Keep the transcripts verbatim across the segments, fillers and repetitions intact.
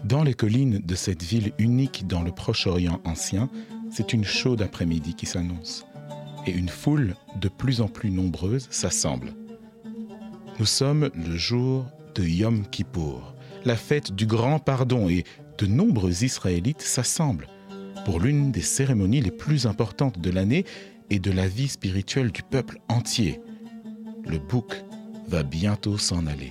Dans les collines de cette ville unique dans le Proche-Orient ancien, c'est une chaude après-midi qui s'annonce. Et une foule de plus en plus nombreuse s'assemble. Nous sommes le jour de Yom Kippour, la fête du grand pardon, et de nombreux Israélites s'assemblent pour l'une des cérémonies les plus importantes de l'année et de la vie spirituelle du peuple entier. Le bouc va bientôt s'en aller.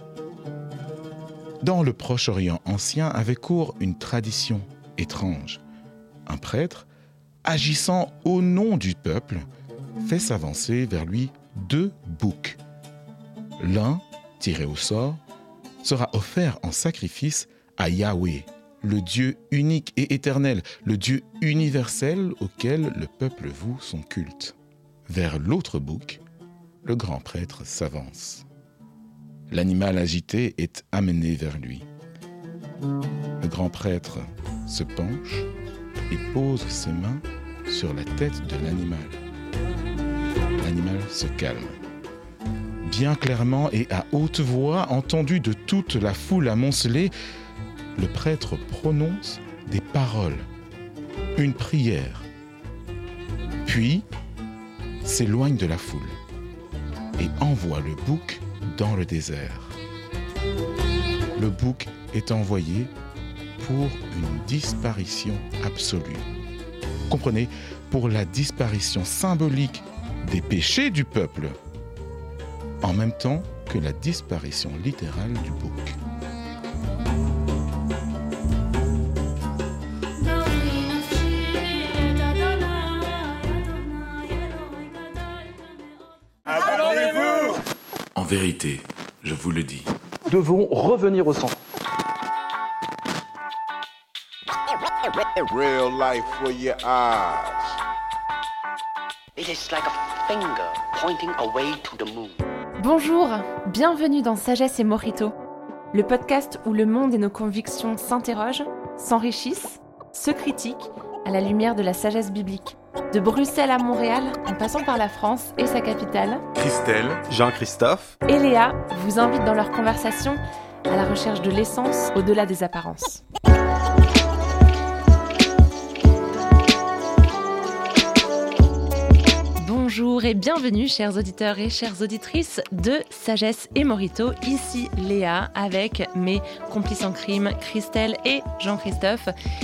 Dans le Proche-Orient ancien avait cours une tradition étrange. Un prêtre, agissant au nom du peuple, fait s'avancer vers lui deux boucs. L'un, tiré au sort, sera offert en sacrifice à Yahweh, le Dieu unique et éternel, le Dieu universel auquel le peuple voue son culte. Vers l'autre bouc, le grand prêtre s'avance. L'animal agité est amené vers lui. Le grand prêtre se penche et pose ses mains sur la tête de l'animal. L'animal se calme. Bien clairement et à haute voix, entendu de toute la foule amoncelée, le prêtre prononce des paroles, une prière, puis s'éloigne de la foule et envoie le bouc dans le désert. Le bouc est envoyé pour une disparition absolue. Comprenez, pour la disparition symbolique des péchés du peuple, en même temps que la disparition littérale du bouc. En vérité, je vous le dis. Nous devons revenir au centre. Real life for your eyes. It is like a finger pointing away to the moon. Bonjour, bienvenue dans Sagesse et Mojito, le podcast où le monde et nos convictions s'interrogent, s'enrichissent, se critiquent à la lumière de la sagesse biblique. De Bruxelles à Montréal, en passant par la France et sa capitale, Christelle, Jean-Christophe et Léa vous invitent dans leur conversation à la recherche de l'essence au-delà des apparences. Bonjour et bienvenue chers auditeurs et chères auditrices de Sagesse et Mojito, ici Léa avec mes complices en crime Christelle et Jean-Christophe.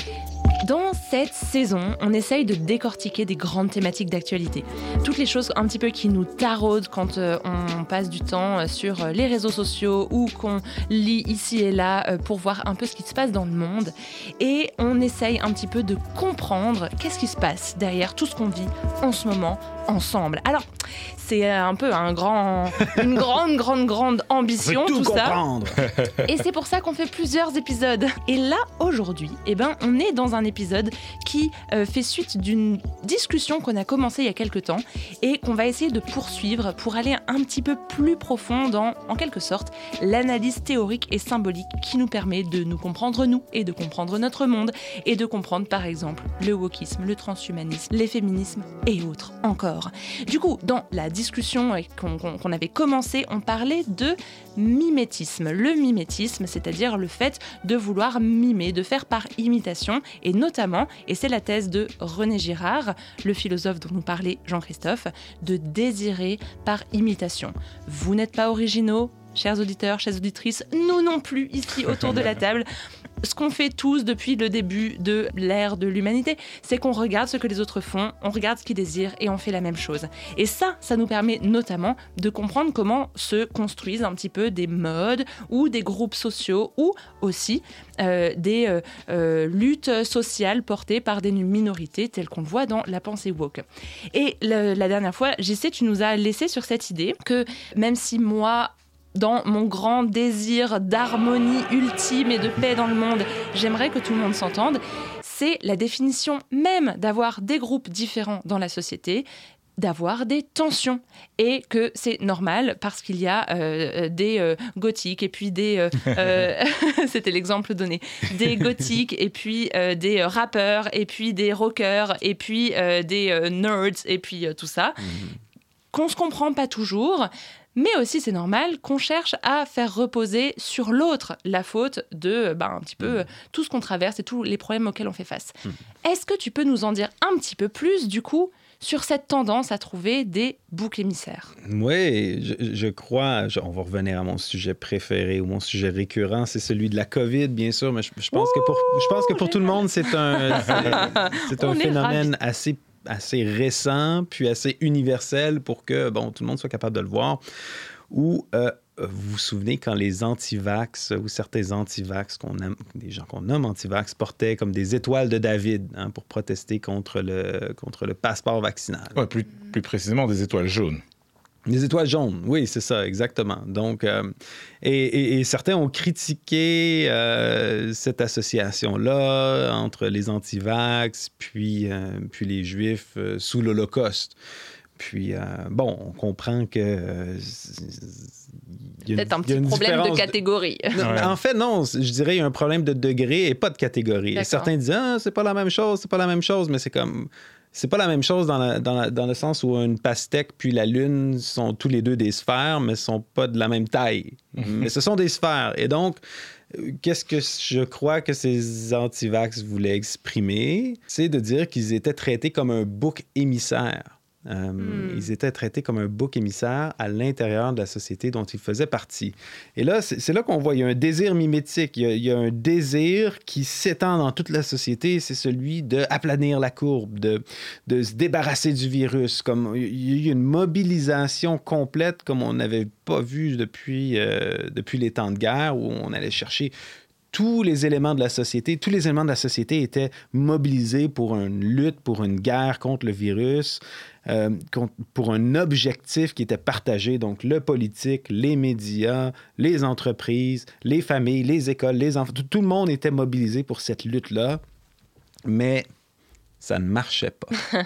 Dans cette saison, on essaye de décortiquer des grandes thématiques d'actualité. Toutes les choses un petit peu qui nous taraudent quand euh, on passe du temps sur les réseaux sociaux ou qu'on lit ici et là euh, pour voir un peu ce qui se passe dans le monde. Et on essaye un petit peu de comprendre qu'est-ce qui se passe derrière tout ce qu'on vit en ce moment ensemble. Alors, c'est un peu un grand, une grande, grande, grande ambition, tout, tout comprendre. ça. Et c'est pour ça qu'on fait plusieurs épisodes. Et là, aujourd'hui, eh ben, on est dans un épisode qui euh, fait suite d'une discussion qu'on a commencée il y a quelques temps et qu'on va essayer de poursuivre pour aller un petit peu plus profond dans, en quelque sorte, l'analyse théorique et symbolique qui nous permet de nous comprendre nous et de comprendre notre monde et de comprendre, par exemple, le wokisme, le transhumanisme, les féminismes et autres encore. Du coup, dans la discussion qu'on, qu'on avait commencé, on parlait de mimétisme. Le mimétisme, c'est-à-dire le fait de vouloir mimer, de faire par imitation, et notamment, et c'est la thèse de René Girard, le philosophe dont nous parlait Jean-Christophe, de désirer par imitation. Vous n'êtes pas originaux, chers auditeurs, chères auditrices, nous non plus ici autour de la table. Ce qu'on fait tous depuis le début de l'ère de l'humanité, c'est qu'on regarde ce que les autres font, on regarde ce qu'ils désirent et on fait la même chose. Et ça, ça nous permet notamment de comprendre comment se construisent un petit peu des modes ou des groupes sociaux ou aussi euh, des euh, euh, luttes sociales portées par des minorités telles qu'on le voit dans la pensée woke. Et le, la dernière fois, J C, tu nous as laissé sur cette idée que même si moi, dans mon grand désir d'harmonie ultime et de paix dans le monde, j'aimerais que tout le monde s'entende. C'est la définition même d'avoir des groupes différents dans la société, d'avoir des tensions et que c'est normal parce qu'il y a euh, des euh, gothiques et puis des euh, euh, c'était l'exemple donné, des gothiques et puis euh, des rappeurs et puis des rockers et puis euh, des euh, nerds et puis euh, tout ça, mmh. qu'on se comprend pas toujours. Mais aussi, c'est normal qu'on cherche à faire reposer sur l'autre la faute de ben, un petit peu mmh. tout ce qu'on traverse et tous les problèmes auxquels on fait face. Mmh. Est-ce que tu peux nous en dire un petit peu plus, du coup, sur cette tendance à trouver des boucs émissaires? Oui, je, je crois, je, on va revenir à mon sujet préféré ou mon sujet récurrent, c'est celui de la COVID, bien sûr, mais je, je pense, Ouh, que pour, je pense que pour tout le monde, c'est un, c'est, c'est un phénomène assez, assez récent, puis assez universel pour que bon, tout le monde soit capable de le voir. Ou euh, vous vous souvenez quand les antivax ou certains antivax, qu'on aime, des gens qu'on nomme antivax, portaient comme des étoiles de David hein, pour protester contre le, contre le passeport vaccinal. Ouais, plus, plus précisément des étoiles jaunes. Des étoiles jaunes, oui, c'est ça, exactement. Donc, euh, et, et, et certains ont critiqué euh, cette association-là entre les antivax puis, euh, puis les Juifs euh, sous l'Holocauste. Puis, euh, bon, on comprend que... Euh, y a peut-être un petit problème de catégorie. De... Non, ouais. En fait, non, je dirais il y a un problème de degré et pas de catégorie. Certains disent, ah, c'est pas la même chose, c'est pas la même chose, mais c'est comme... C'est pas la même chose dans, la, dans, la, dans le sens où une pastèque puis la Lune sont tous les deux des sphères, mais sont pas de la même taille. Mm-hmm. Mais ce sont des sphères. Et donc, qu'est-ce que je crois que ces antivax voulaient exprimer? C'est de dire qu'ils étaient traités comme un bouc émissaire. Euh, mm. Ils étaient traités comme un bouc émissaire à l'intérieur de la société dont ils faisaient partie. Et là, c'est, c'est là qu'on voit, il y a un désir mimétique, il y a, il y a un désir qui s'étend dans toute la société, c'est celui d'aplanir la courbe, de, de se débarrasser du virus. Comme, il y a eu une mobilisation complète comme on n'avait pas vu depuis, euh, depuis les temps de guerre, où on allait chercher tous les éléments de la société, tous les éléments de la société étaient mobilisés pour une lutte, pour une guerre contre le virus, euh, contre, pour un objectif qui était partagé. Donc, le politique, les médias, les entreprises, les familles, les écoles, les enfants, tout, tout le monde était mobilisé pour cette lutte-là, mais ça ne marchait pas.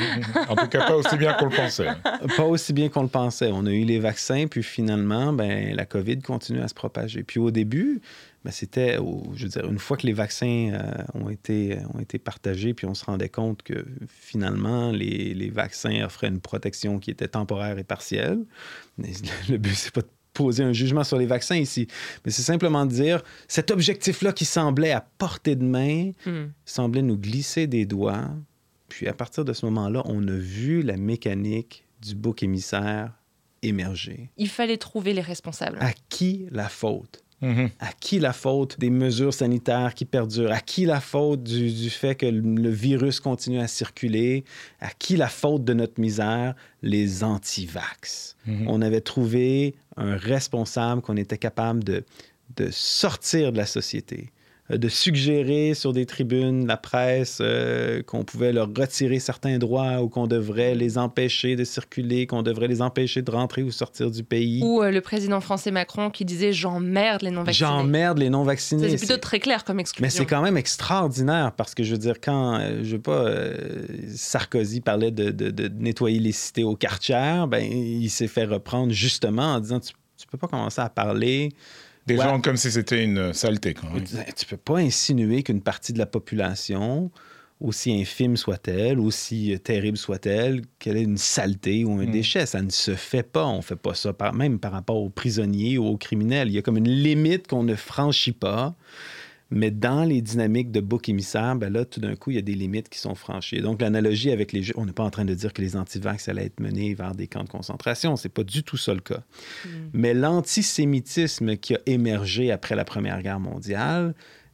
En tout cas, pas aussi bien qu'on le pensait. Pas aussi bien qu'on le pensait. On a eu les vaccins, puis finalement, ben, la COVID continue à se propager. Puis au début, ben, c'était, je veux dire, une fois que les vaccins euh, ont, été, ont été partagés, puis on se rendait compte que finalement, les, les vaccins offraient une protection qui était temporaire et partielle. Mais le but, c'est pas de poser un jugement sur les vaccins ici, mais c'est simplement de dire, cet objectif-là qui semblait à portée de main, mm. semblait nous glisser des doigts, puis à partir de ce moment-là, on a vu la mécanique du bouc émissaire émerger. Il fallait trouver les responsables. À qui la faute? Mm-hmm. À qui la faute des mesures sanitaires qui perdurent? À qui la faute du, du fait que le, le virus continue à circuler? À qui la faute de notre misère? Les anti-vax. Mm-hmm. On avait trouvé un responsable qu'on était capable de, de sortir de la société, de suggérer sur des tribunes, la presse, euh, qu'on pouvait leur retirer certains droits ou qu'on devrait les empêcher de circuler, qu'on devrait les empêcher de rentrer ou sortir du pays. Ou euh, le président français Macron qui disait « j'emmerde les non-vaccinés ». J'emmerde les non-vaccinés. Ça, c'est plutôt c'est... très clair comme exclusion. Mais c'est quand même extraordinaire parce que, je veux dire, quand, euh, je veux pas, euh, Sarkozy parlait de, de, de nettoyer les cités au Karcher, ben, il s'est fait reprendre justement en disant « tu tu peux pas commencer à parler ». Des ouais. gens comme si c'était une saleté, quand même. Tu peux pas insinuer qu'une partie de la population, aussi infime soit-elle, aussi terrible soit-elle, qu'elle est une saleté ou un mmh. déchet. Ça ne se fait pas. On fait pas ça, par, même par rapport aux prisonniers ou aux criminels. Il y a comme une limite qu'on ne franchit pas. Mais dans les dynamiques de bouc émissaire, ben là, tout d'un coup, il y a des limites qui sont franchies. Donc, l'analogie avec les Juifs, on n'est pas en train de dire que les antivax allaient être menés vers des camps de concentration. C'est pas du tout ça le cas. Mm. Mais l'antisémitisme qui a émergé après la Première Guerre mondiale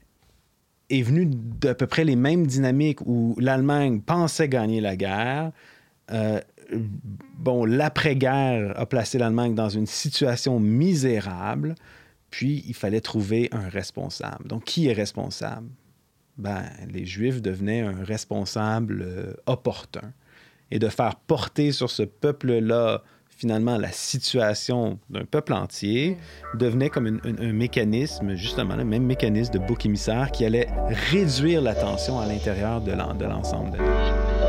est venu d'à peu près les mêmes dynamiques où l'Allemagne pensait gagner la guerre. Euh, bon, l'après-guerre a placé l'Allemagne dans une situation misérable. Puis, il fallait trouver un responsable. Donc, qui est responsable? Ben, les Juifs devenaient un responsable euh, opportun. Et de faire porter sur ce peuple-là, finalement, la situation d'un peuple entier, devenait comme une, une, un mécanisme, justement, le même mécanisme de bouc émissaire qui allait réduire la tension à l'intérieur de, l'en, de l'ensemble de nous.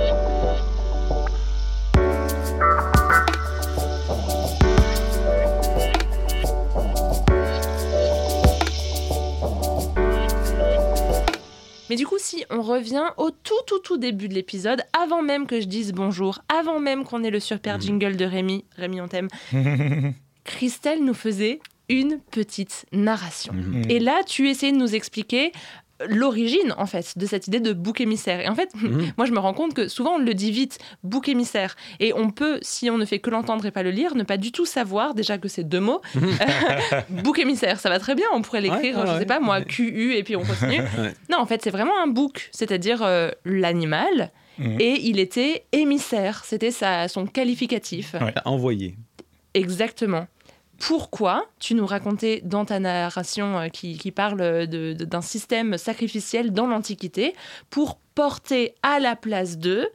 Mais du coup, si on revient au tout, tout, tout début de l'épisode, avant même que je dise bonjour, avant même qu'on ait le super jingle de Rémi, Rémi, on t'aime, Christelle nous faisait une petite narration. Mmh. Et là, tu essayais de nous expliquer l'origine, en fait, de cette idée de bouc émissaire. Et en fait, mmh. moi, je me rends compte que souvent, on le dit vite, bouc émissaire. Et on peut, si on ne fait que l'entendre et pas le lire, ne pas du tout savoir, déjà que c'est deux mots. Bouc émissaire, ça va très bien, on pourrait l'écrire, ouais, ouais, je sais pas, moi, Q U, et puis on continue. Ouais. Non, en fait, c'est vraiment un bouc, c'est-à-dire euh, l'animal, mmh. et il était émissaire, c'était sa, son qualificatif. Ouais. Envoyé. Exactement. Pourquoi tu nous racontais dans ta narration euh, qui, qui parle de, de, d'un système sacrificiel dans l'Antiquité pour porter à la place d'eux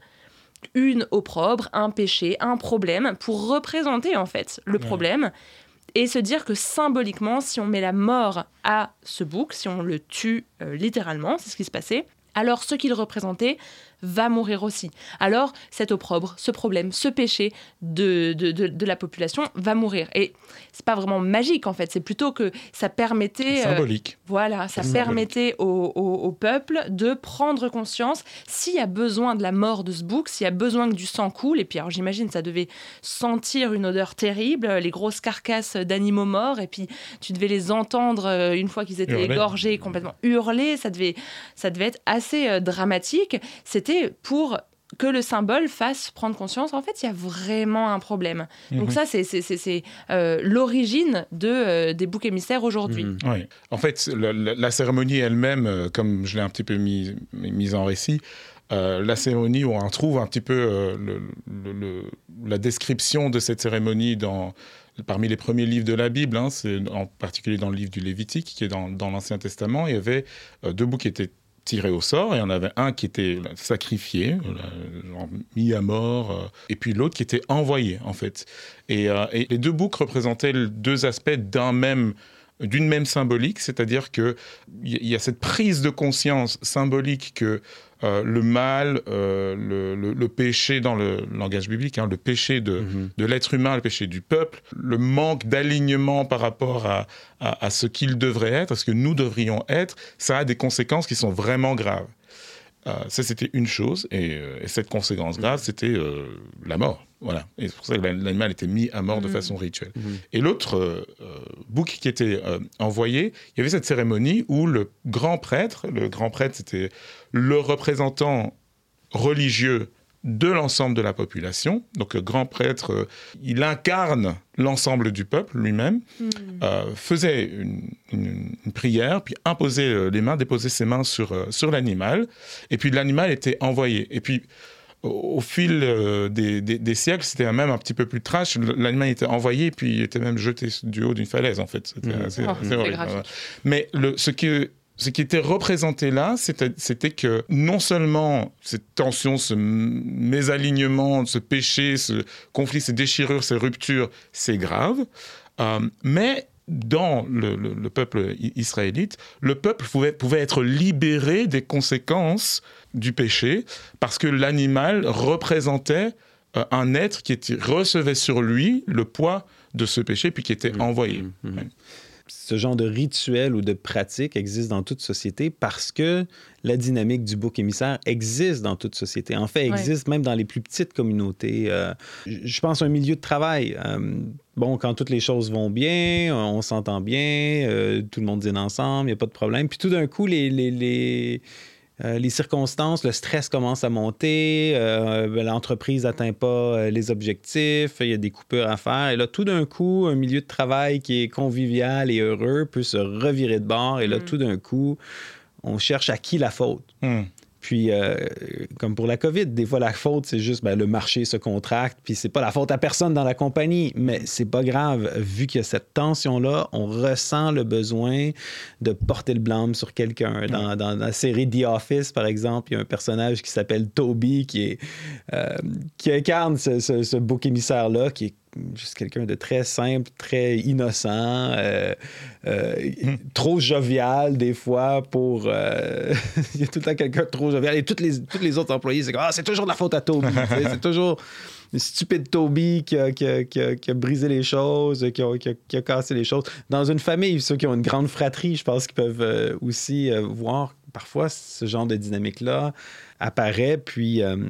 une opprobre, un péché, un problème, pour représenter en fait le problème ouais. et se dire que symboliquement, si on met la mort à ce bouc, si on le tue euh, littéralement, c'est ce qui se passait, alors ce qu'il représentait va mourir aussi. Alors, cet opprobre, ce problème, ce péché de, de, de, de la population va mourir. Et c'est pas vraiment magique, en fait. C'est plutôt que ça permettait... Symbolique. Euh, voilà, ça c'est permettait au, au, au peuple de prendre conscience s'il y a besoin de la mort de ce bouc, s'il y a besoin que du sang coule. Et puis, alors, j'imagine, ça devait sentir une odeur terrible, les grosses carcasses d'animaux morts. Et puis, tu devais les entendre une fois qu'ils étaient hurler. Égorgés, complètement hurler. Ça devait, ça devait être assez euh, dramatique. C'était pour que le symbole fasse prendre conscience, en fait, il y a vraiment un problème. Mmh. Donc ça, c'est, c'est, c'est, c'est euh, l'origine de, euh, des boucs émissaires aujourd'hui. Mmh. Oui. En fait, la, la, la cérémonie elle-même, euh, comme je l'ai un petit peu mise mis en récit, euh, la cérémonie où on trouve un petit peu euh, le, le, le, la description de cette cérémonie dans... Parmi les premiers livres de la Bible, hein, c'est en particulier dans le livre du Lévitique, qui est dans, dans l'Ancien Testament, il y avait euh, deux boucs qui étaient tiré au sort, et il y en avait un qui était sacrifié, genre mis à mort, euh, et puis l'autre qui était envoyé, en fait. Et, euh, et les deux boucs représentaient deux aspects d'un même, d'une même symbolique, c'est-à-dire qu'il y, y a cette prise de conscience symbolique que euh, le mal, euh, le, le, le péché dans le langage biblique, hein, le péché de, mm-hmm. de l'être humain, le péché du peuple, le manque d'alignement par rapport à, à, à ce qu'il devrait être, à ce que nous devrions être, ça a des conséquences qui sont vraiment graves. Euh, ça, c'était une chose, et, euh, et cette conséquence grave, c'était euh, la mort. Voilà. Et c'est pour ça que l'animal était mis à mort mmh. de façon rituelle. Mmh. Et l'autre euh, bouc qui était euh, envoyé, il y avait cette cérémonie où le grand prêtre, le grand prêtre, c'était le représentant religieux de l'ensemble de la population. Donc le grand prêtre, euh, il incarne l'ensemble du peuple lui-même, mmh. euh, faisait une, une, une prière, puis imposait les mains, déposait ses mains sur, euh, sur l'animal, et puis l'animal était envoyé. Et puis, au, au fil euh, des, des, des siècles, c'était même un petit peu plus trash, l'animal était envoyé, puis il était même jeté du haut d'une falaise, en fait. C'était mmh. assez, oh, assez horrible. Voilà. Mais le, ce qui... Ce qui était représenté là, c'était, c'était que non seulement cette tension, ce mésalignement, ce péché, ce conflit, ces déchirures, ces ruptures, c'est grave, euh, mais dans le, le, le peuple israélite, le peuple pouvait, pouvait être libéré des conséquences du péché parce que l'animal représentait euh, un être qui était, recevait sur lui le poids de ce péché puis qui était mmh, envoyé. Mmh, mmh. Ouais. Ce genre de rituel ou de pratique existe dans toute société parce que la dynamique du bouc émissaire existe dans toute société. En fait, existe ouais. même dans les plus petites communautés. Euh, je pense à un milieu de travail. Euh, bon, quand toutes les choses vont bien, on s'entend bien, euh, tout le monde dîne ensemble, il n'y a pas de problème. Puis tout d'un coup, les... les, les Euh, les circonstances, le stress commence à monter, euh, l'entreprise n'atteint pas euh, les objectifs, il y a des coupures à faire. Et là, tout d'un coup, un milieu de travail qui est convivial et heureux peut se revirer de bord. Et là, mm. tout d'un coup, on cherche à qui la faute. Mm. Puis, euh, comme pour la COVID, des fois, la faute, c'est juste ben, le marché se contracte, puis c'est pas la faute à personne dans la compagnie. Mais c'est pas grave. Vu qu'il y a cette tension-là, on ressent le besoin de porter le blâme sur quelqu'un. Dans, dans, dans la série The Office, par exemple, il y a un personnage qui s'appelle Toby, qui, est, euh, qui incarne ce, ce, ce bouc émissaire-là, qui est juste quelqu'un de très simple, très innocent, euh, euh, mm. trop jovial des fois pour... Euh... il y a tout le temps quelqu'un de trop jovial. Et tous les, tous les autres employés, c'est comme « Ah, c'est toujours de la faute à Toby. » C'est toujours le stupide Toby qui a, qui, a, qui, a, qui a brisé les choses, qui a, qui, a, qui a cassé les choses. Dans une famille, ceux qui ont une grande fratrie, je pense qu'ils peuvent euh, aussi euh, voir parfois ce genre de dynamique-là apparaît, puis... Euh,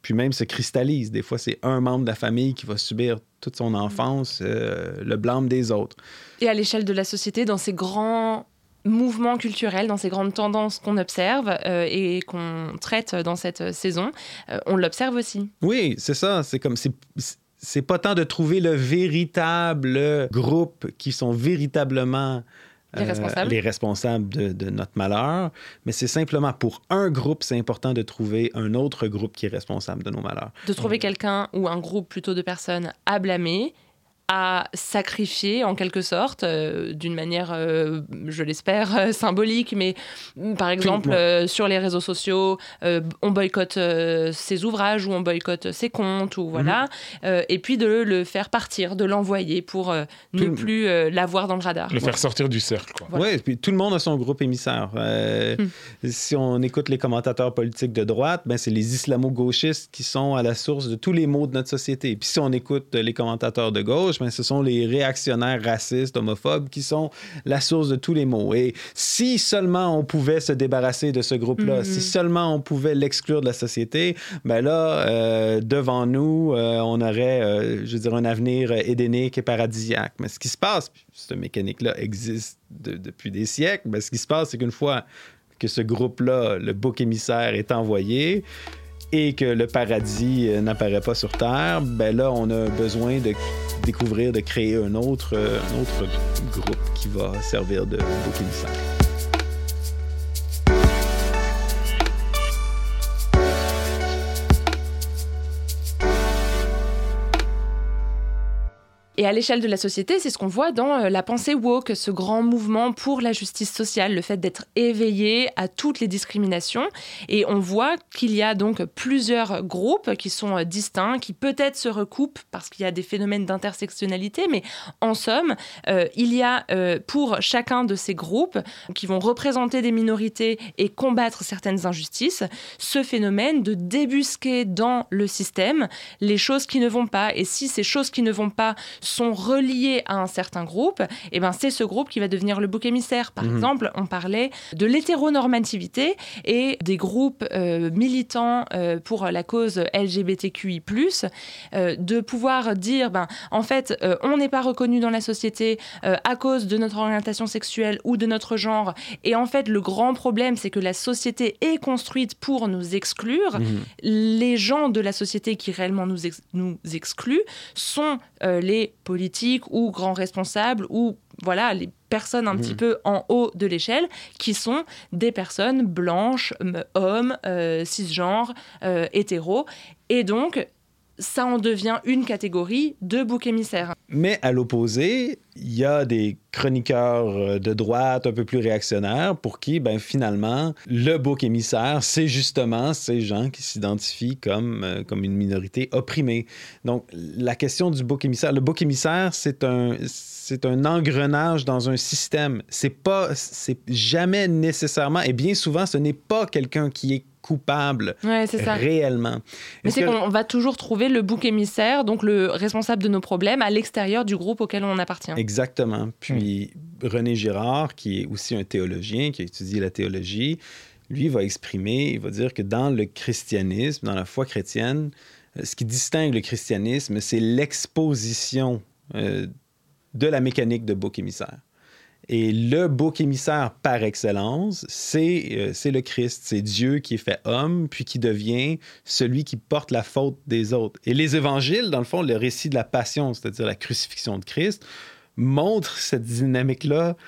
puis même se cristallise. Des fois, c'est un membre de la famille qui va subir toute son enfance euh, le blâme des autres. Et à l'échelle de la société, dans ces grands mouvements culturels, dans ces grandes tendances qu'on observe euh, et qu'on traite dans cette saison, euh, on l'observe aussi. Oui, c'est ça. C'est comme... C'est, c'est pas tant de trouver le véritable groupe qui sont véritablement... Les responsables. Euh, les responsables de, de notre malheur, mais c'est simplement pour un groupe, c'est important de trouver un autre groupe qui est responsable de nos malheurs. De trouver quelqu'un ou un groupe plutôt de personnes à blâmer, à sacrifier en quelque sorte, euh, d'une manière, euh, je l'espère, euh, symbolique, mais par exemple, euh, sur les réseaux sociaux, euh, on boycotte euh, ses ouvrages ou on boycotte ses comptes, ou voilà, mm-hmm. euh, et puis de le faire partir, de l'envoyer pour euh, ne plus euh, l'avoir dans le radar. Le faire ouais. sortir du cercle, quoi. Voilà. Oui, puis tout le monde a son groupe émissaire. Euh, mm. Si on écoute les commentateurs politiques de droite, ben, c'est les islamo-gauchistes qui sont à la source de tous les maux de notre société. Puis si on écoute les commentateurs de gauche, ben, ce sont les réactionnaires racistes, homophobes qui sont la source de tous les maux. Et si seulement on pouvait se débarrasser de ce groupe-là, mm-hmm. si seulement on pouvait l'exclure de la société, ben là, euh, devant nous, euh, on aurait, euh, je veux dire, un avenir édénique et paradisiaque. Mais ce qui se passe, cette mécanique-là existe de, depuis des siècles, ben, ce qui se passe, c'est qu'une fois que ce groupe-là, le bouc émissaire, est envoyé, et que le paradis euh, n'apparaît pas sur Terre, ben là, on a besoin de découvrir, de créer un autre, euh, un autre groupe qui va servir de bouc émissaire. Et à l'échelle de la société, c'est ce qu'on voit dans la pensée woke, ce grand mouvement pour la justice sociale, le fait d'être éveillé à toutes les discriminations. Et on voit qu'il y a donc plusieurs groupes qui sont distincts, qui peut-être se recoupent parce qu'il y a des phénomènes d'intersectionnalité, mais en somme, euh, il y a euh, pour chacun de ces groupes qui vont représenter des minorités et combattre certaines injustices, ce phénomène de débusquer dans le système les choses qui ne vont pas. Et si ces choses qui ne vont pas sont reliés à un certain groupe, et ben c'est ce groupe qui va devenir le bouc émissaire. Par mmh. exemple, on parlait de l'hétéronormativité et des groupes euh, militants euh, pour la cause L G B T Q I plus, euh, de pouvoir dire, ben, en fait, euh, on n'est pas reconnu dans la société euh, à cause de notre orientation sexuelle ou de notre genre. Et en fait, le grand problème, c'est que la société est construite pour nous exclure. Mmh. Les gens de la société qui réellement nous, ex- nous excluent sont euh, les politiques ou grands responsables ou voilà les personnes un mmh. petit peu en haut de l'échelle qui sont des personnes blanches, hommes, euh, cisgenres, euh, hétéros. Et donc, ça en devient une catégorie de bouc émissaire. Mais à l'opposé, il y a des chroniqueurs de droite un peu plus réactionnaires pour qui, ben, finalement, le bouc émissaire, c'est justement ces gens qui s'identifient comme, euh, comme une minorité opprimée. Donc, la question du bouc émissaire, le bouc émissaire, c'est un, c'est un engrenage dans un système. C'est pas, c'est jamais nécessairement, et bien souvent, ce n'est pas quelqu'un qui est coupable ouais, c'est ça. réellement. Mais Est-ce c'est que... qu'on va toujours trouver le bouc émissaire, donc le responsable de nos problèmes, à l'extérieur du groupe auquel on appartient. Exactement. Puis mmh. René Girard, qui est aussi un théologien, qui a étudié la théologie, lui va exprimer, il va dire que dans le christianisme, dans la foi chrétienne, ce qui distingue le christianisme, c'est l'exposition euh, de la mécanique de bouc émissaire. Et le bouc émissaire par excellence, c'est, euh, c'est le Christ. C'est Dieu qui est fait homme, puis qui devient celui qui porte la faute des autres. Et les évangiles, dans le fond, le récit de la passion, c'est-à-dire la crucifixion de Christ, montre cette dynamique-là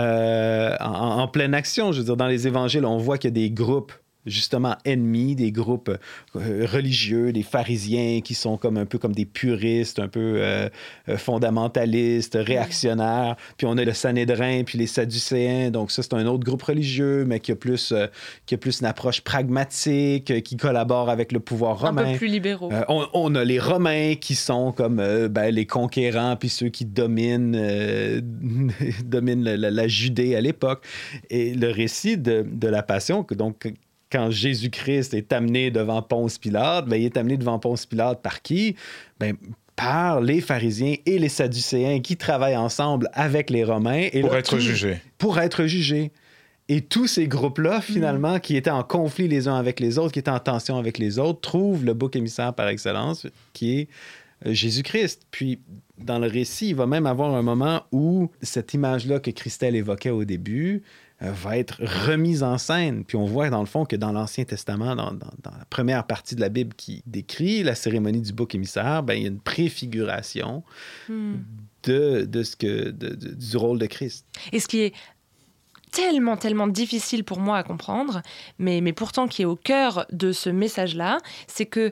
euh, en, en pleine action. Je veux dire, dans les évangiles, on voit qu'il y a des groupes justement ennemis, des groupes euh, religieux, des pharisiens qui sont comme un peu comme des puristes, un peu euh, fondamentalistes, réactionnaires. Puis on a le Sanhédrin, puis les Sadducéens. Donc ça, c'est un autre groupe religieux, mais qui a plus, euh, qui a plus une approche pragmatique, euh, qui collabore avec le pouvoir romain. Un peu plus libéraux. Euh, on, on a les Romains qui sont comme euh, ben, les conquérants, puis ceux qui dominent, euh, dominent la, la, la Judée à l'époque. Et le récit de, de la Passion, donc quand Jésus-Christ est amené devant Ponce Pilate, ben, il est amené devant Ponce Pilate par qui? Ben, par les pharisiens et les sadducéens qui travaillent ensemble avec les Romains. Et pour là, être tout, jugés. Pour être jugés. Et tous ces groupes-là, finalement, mmh. qui étaient en conflit les uns avec les autres, qui étaient en tension avec les autres, trouvent le bouc émissaire par excellence, qui est euh, Jésus-Christ. Puis, dans le récit, il va même avoir un moment où cette image-là que Christelle évoquait au début euh, va être remise en scène. Puis on voit, dans le fond, que dans l'Ancien Testament, dans, dans, dans la première partie de la Bible qui décrit la cérémonie du bouc émissaire, ben, il y a une préfiguration mmh. de, de ce que, de, de, du rôle de Christ. Et ce qui est tellement, tellement difficile pour moi à comprendre, mais, mais pourtant qui est au cœur de ce message-là, c'est que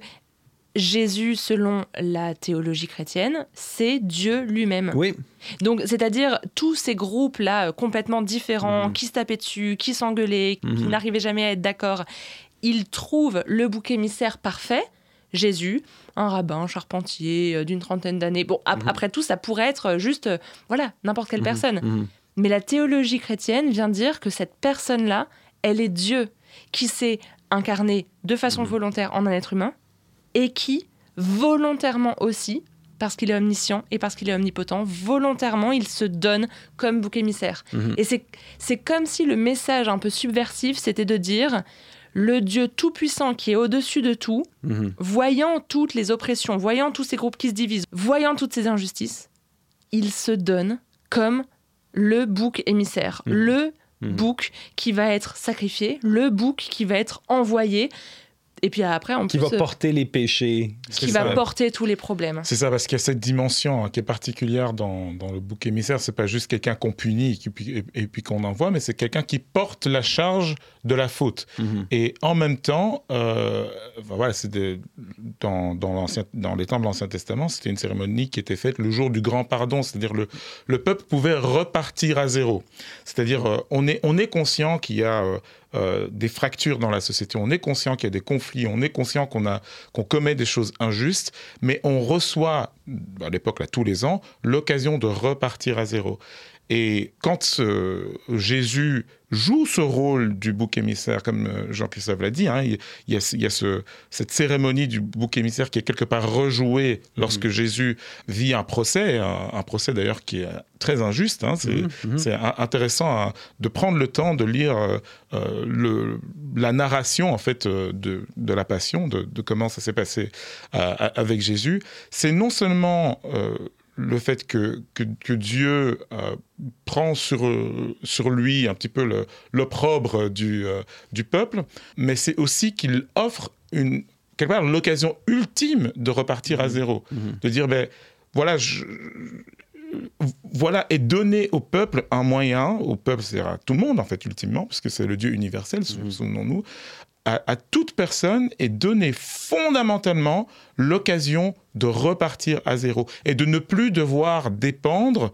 Jésus, selon la théologie chrétienne, c'est Dieu lui-même. Oui. Donc, c'est-à-dire tous ces groupes-là complètement différents, mmh. qui se tapaient dessus, qui s'engueulaient, mmh. qui n'arrivaient jamais à être d'accord, ils trouvent le bouc émissaire parfait, Jésus, un rabbin charpentier euh, d'une trentaine d'années. Bon, ap- mmh. après tout, ça pourrait être juste, euh, voilà, n'importe quelle mmh. personne. Mmh. Mais la théologie chrétienne vient dire que cette personne-là, elle est Dieu, qui s'est incarné de façon mmh. volontaire en un être humain, et qui, volontairement aussi, parce qu'il est omniscient et parce qu'il est omnipotent, volontairement, il se donne comme bouc émissaire. Mmh. Et c'est, c'est comme si le message un peu subversif, c'était de dire, le Dieu tout-puissant qui est au-dessus de tout, mmh. voyant toutes les oppressions, voyant tous ces groupes qui se divisent, voyant toutes ces injustices, il se donne comme le bouc émissaire, mmh. le mmh. bouc qui va être sacrifié, le bouc qui va être envoyé. Et puis après, en qui plus, va porter les péchés. Qui c'est va ça. porter tous les problèmes. C'est ça, parce qu'il y a cette dimension hein, qui est particulière dans, dans le bouc émissaire. C'est pas juste quelqu'un qu'on punit et, qui, et, et puis qu'on envoie, mais c'est quelqu'un qui porte la charge de la faute. Mm-hmm. Et en même temps, euh, enfin, voilà, c'est de, dans, dans, l'ancien, dans les temps de l'Ancien Testament, c'était une cérémonie qui était faite le jour du grand pardon. C'est-à-dire le, le peuple pouvait repartir à zéro. C'est-à-dire euh, on, est, on est conscient qu'il y a... Euh, Euh, des fractures dans la société, on est conscient qu'il y a des conflits, on est conscient qu'on, a, qu'on commet des choses injustes, mais on reçoit, à l'époque, là, tous les ans, l'occasion de repartir à zéro. Et quand euh, Jésus joue ce rôle du bouc émissaire, comme Jean-Christophe l'a dit, hein, il, il y a, il y a ce, cette cérémonie du bouc émissaire qui est quelque part rejouée lorsque mmh. Jésus vit un procès, un, un procès d'ailleurs qui est très injuste. Hein, c'est, mmh. c'est intéressant hein, de prendre le temps de lire euh, le, la narration en fait de, de la Passion, de, de comment ça s'est passé euh, avec Jésus. C'est non seulement euh, le fait que, que, que Dieu euh, prend sur, sur lui un petit peu le, l'opprobre du, euh, du peuple, mais c'est aussi qu'il offre une, quelque part l'occasion ultime de repartir mmh. à zéro. Mmh. De dire, ben, voilà, je, voilà, et donner au peuple un moyen, au peuple, c'est-à-dire à tout le monde en fait, ultimement, parce que c'est le Dieu universel, mmh. souvenons-nous, à, à toute personne, et donner fondamentalement l'occasion de repartir à zéro et de ne plus devoir dépendre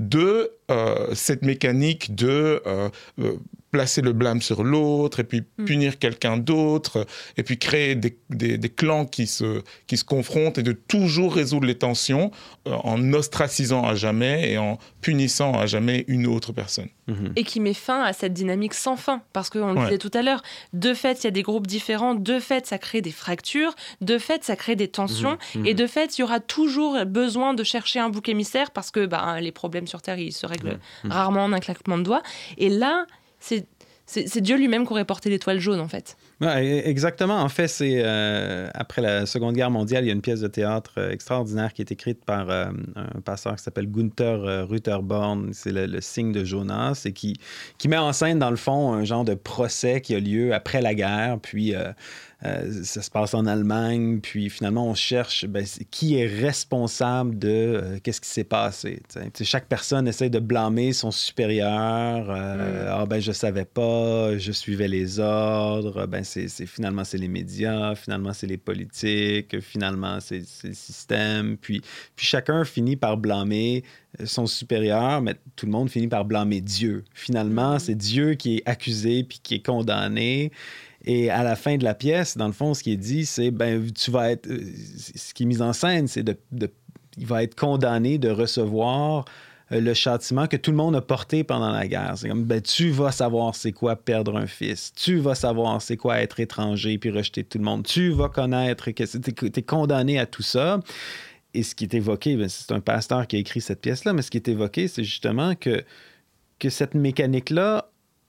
de euh, cette mécanique de euh, euh, placer le blâme sur l'autre et puis mmh. punir quelqu'un d'autre et puis créer des, des, des clans qui se, qui se confrontent et de toujours résoudre les tensions euh, en ostracisant à jamais et en punissant à jamais une autre personne. Mmh. Et qui met fin à cette dynamique sans fin, parce qu'on le ouais. disait tout à l'heure, de fait il y a des groupes différents, de fait ça crée des fractures, de fait ça crée des tensions mmh. et de fait il y aura toujours besoin de chercher un bouc émissaire parce que bah, les problèmes sur Terre ils se règlent mmh. rarement en un claquement de doigts. Et là c'est, c'est, c'est Dieu lui-même qui aurait porté l'étoile jaune, en fait. Ouais, exactement. En fait, c'est euh, après la Seconde Guerre mondiale, il y a une pièce de théâtre euh, extraordinaire qui est écrite par euh, un pasteur qui s'appelle Gunther euh, Rutherborn. C'est le, le signe de Jonas et qui, qui met en scène, dans le fond, un genre de procès qui a lieu après la guerre. Puis euh, euh, ça se passe en Allemagne. Puis finalement, on cherche ben, qui est responsable de euh, qu'est-ce qui s'est passé. T'sais. Chaque personne essaie de blâmer son supérieur. Euh, mm. Ah ben, je savais pas, je suivais les ordres. Ben, C'est, c'est, finalement, c'est les médias, finalement, c'est les politiques, finalement, c'est, c'est le système. Puis, puis chacun finit par blâmer son supérieur, mais tout le monde finit par blâmer Dieu. Finalement, mm-hmm. c'est Dieu qui est accusé puis qui est condamné. Et à la fin de la pièce, dans le fond, ce qui est dit, c'est, ben, tu vas être... Ce qui est mis en scène, c'est de... de il va être condamné de recevoir le châtiment que tout le monde a porté pendant la guerre. C'est comme, ben, tu vas savoir c'est quoi perdre un fils. Tu vas savoir c'est quoi être étranger puis rejeter tout le monde. Tu vas connaître que tu es condamné à tout ça. Et ce qui est évoqué, ben, c'est un pasteur qui a écrit cette pièce-là, mais ce qui est évoqué, c'est justement que, que cette mécanique-là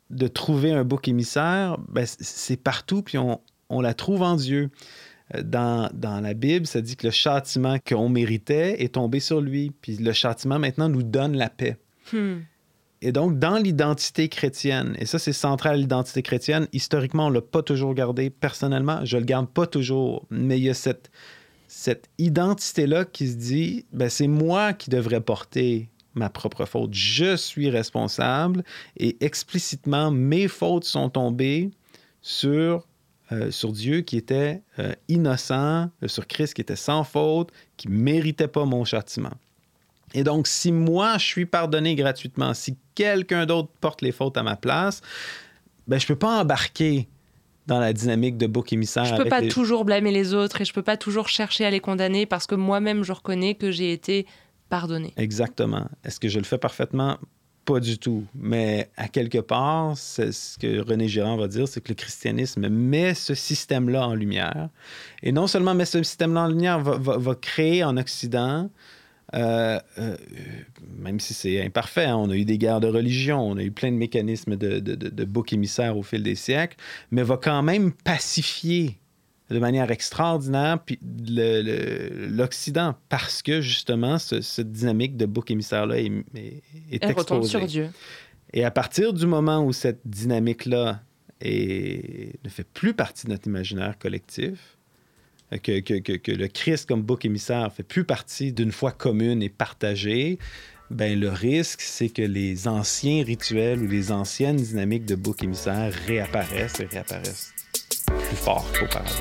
de trouver un bouc émissaire, ben, c'est partout, puis on, on la trouve en Dieu. Dans, dans la Bible, ça dit que le châtiment qu'on méritait est tombé sur lui. Puis le châtiment, maintenant, nous donne la paix. Hmm. Et donc, dans l'identité chrétienne, et ça, c'est central à l'identité chrétienne, historiquement, on ne l'a pas toujours gardé. Personnellement, je ne le garde pas toujours. Mais il y a cette, cette identité-là qui se dit, ben, c'est moi qui devrais porter ma propre faute. Je suis responsable et explicitement, mes fautes sont tombées sur... Euh, sur Dieu qui était euh, innocent, euh, sur Christ qui était sans faute, qui ne méritait pas mon châtiment. Et donc, si moi, je suis pardonné gratuitement, si quelqu'un d'autre porte les fautes à ma place, ben, je ne peux pas embarquer dans la dynamique de bouc émissaire. Je ne peux pas les... toujours blâmer les autres et je ne peux pas toujours chercher à les condamner parce que moi-même, je reconnais que j'ai été pardonné. Exactement. Est-ce que je le fais parfaitement? Pas du tout. Mais à quelque part, c'est ce que René Girard va dire, c'est que le christianisme met ce système-là en lumière. Et non seulement met ce système-là en lumière, va, va, va créer en Occident, euh, euh, même si c'est imparfait, hein, on a eu des guerres de religion, on a eu plein de mécanismes de, de, de, de boucs émissaires au fil des siècles, mais va quand même pacifier de manière extraordinaire puis le, le, l'Occident, parce que, justement, ce, cette dynamique de bouc émissaire-là est, est, est Elle exposée. retombe sur Dieu. Et à partir du moment où cette dynamique-là est, ne fait plus partie de notre imaginaire collectif, que, que, que, que le Christ comme bouc émissaire ne fait plus partie d'une foi commune et partagée, ben le risque, c'est que les anciens rituels ou les anciennes dynamiques de bouc émissaire réapparaissent et réapparaissent plus fort qu'auparavant.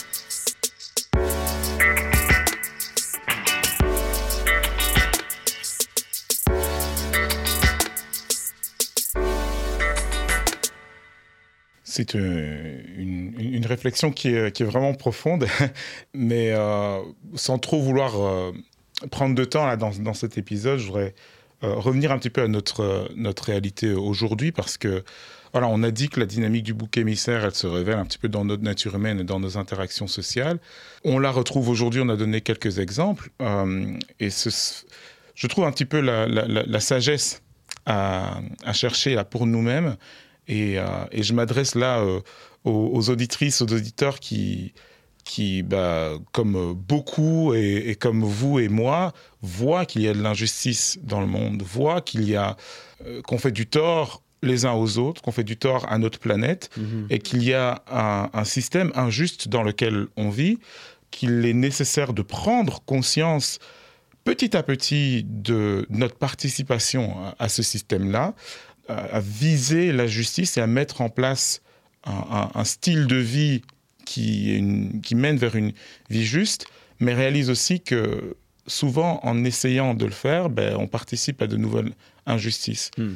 C'est une, une, une réflexion qui est, qui est vraiment profonde, mais euh, sans trop vouloir euh, prendre de temps là, dans, dans cet épisode, je voudrais euh, revenir un petit peu à notre, notre réalité aujourd'hui, parce que voilà, on a dit que la dynamique du bouc émissaire, elle se révèle un petit peu dans notre nature humaine et dans nos interactions sociales. On la retrouve aujourd'hui, on a donné quelques exemples, euh, et ce, je trouve un petit peu la, la, la, la sagesse à, à chercher là, pour nous-mêmes. Et, euh, et je m'adresse là euh, aux, aux auditrices, aux auditeurs qui, qui bah, comme beaucoup et, et comme vous et moi, voient qu'il y a de l'injustice dans le monde, voient qu'il y a, euh, qu'on fait du tort les uns aux autres, qu'on fait du tort à notre planète, mmh. et qu'il y a un, un système injuste dans lequel on vit, qu'il est nécessaire de prendre conscience petit à petit de notre participation à, à ce système-là, à viser la justice et à mettre en place un, un, un style de vie qui, est une, qui mène vers une vie juste, mais réalise aussi que souvent, en essayant de le faire, ben, on participe à de nouvelles injustices. Hmm.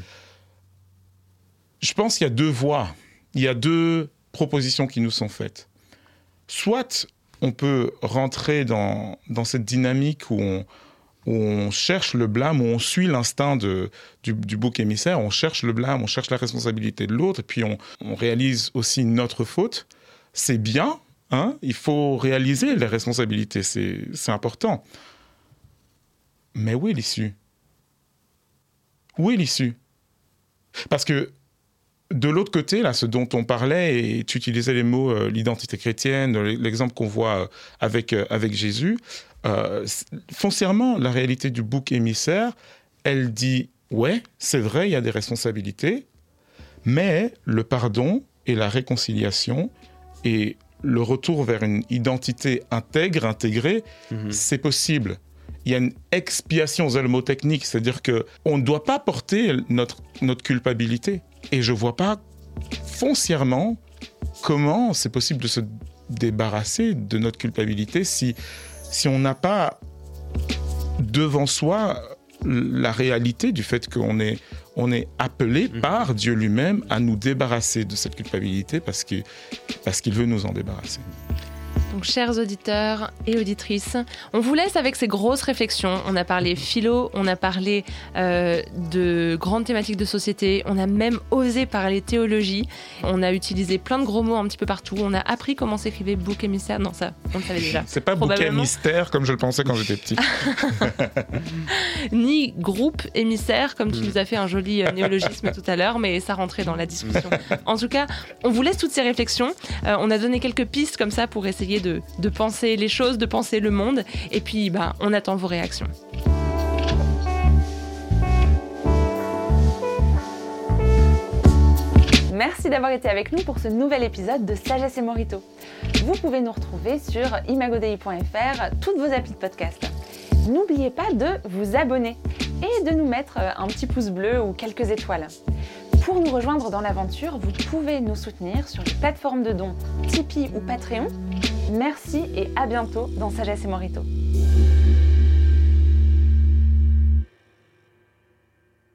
Je pense qu'il y a deux voies, il y a deux propositions qui nous sont faites. Soit on peut rentrer dans, dans cette dynamique où on, où on cherche le blâme, où on suit l'instinct de, du, du bouc émissaire, on cherche le blâme, on cherche la responsabilité de l'autre, et puis on, on réalise aussi notre faute. C'est bien, hein, il faut réaliser les responsabilités, c'est, c'est important. Mais où est l'issue ? Où est l'issue ? Parce que de l'autre côté, là, ce dont on parlait, et tu utilisais les mots euh, l'identité chrétienne, l'exemple qu'on voit euh, avec, euh, avec Jésus, euh, foncièrement, la réalité du bouc émissaire, elle dit, ouais, c'est vrai, il y a des responsabilités, mais le pardon et la réconciliation et le retour vers une identité intègre, intégrée, mmh. c'est possible. Il y a une expiation, c'est le mot technique, c'est-à-dire qu'on ne doit pas porter notre, notre culpabilité. Et je ne vois pas foncièrement comment c'est possible de se débarrasser de notre culpabilité si, si on n'a pas devant soi la réalité du fait qu'on est, on est appelé mmh. par Dieu lui-même à nous débarrasser de cette culpabilité parce qu'il, parce qu'il veut nous en débarrasser. Donc, chers auditeurs et auditrices, on vous laisse avec ces grosses réflexions. On a parlé philo, on a parlé euh, de grandes thématiques de société, on a même osé parler théologie, on a utilisé plein de gros mots un petit peu partout, on a appris comment s'écrivait bouc émissaire. Non, ça, on le savait déjà. C'est pas bouquet mystère comme je le pensais quand j'étais petit. Ni groupe émissaire, comme tu nous as fait un joli euh, néologisme tout à l'heure, mais ça rentrait dans la discussion. En tout cas, on vous laisse toutes ces réflexions. Euh, on a donné quelques pistes comme ça pour essayer de, de penser les choses, de penser le monde. Et puis, bah, on attend vos réactions. Merci d'avoir été avec nous pour ce nouvel épisode de Sagesse et Morito. Vous pouvez nous retrouver sur imagodei point f r, toutes vos applis de podcast. N'oubliez pas de vous abonner et de nous mettre un petit pouce bleu ou quelques étoiles. Pour nous rejoindre dans l'aventure, vous pouvez nous soutenir sur les plateformes de dons Tipeee ou Patreon. Merci et à bientôt dans Sagesse et Morito.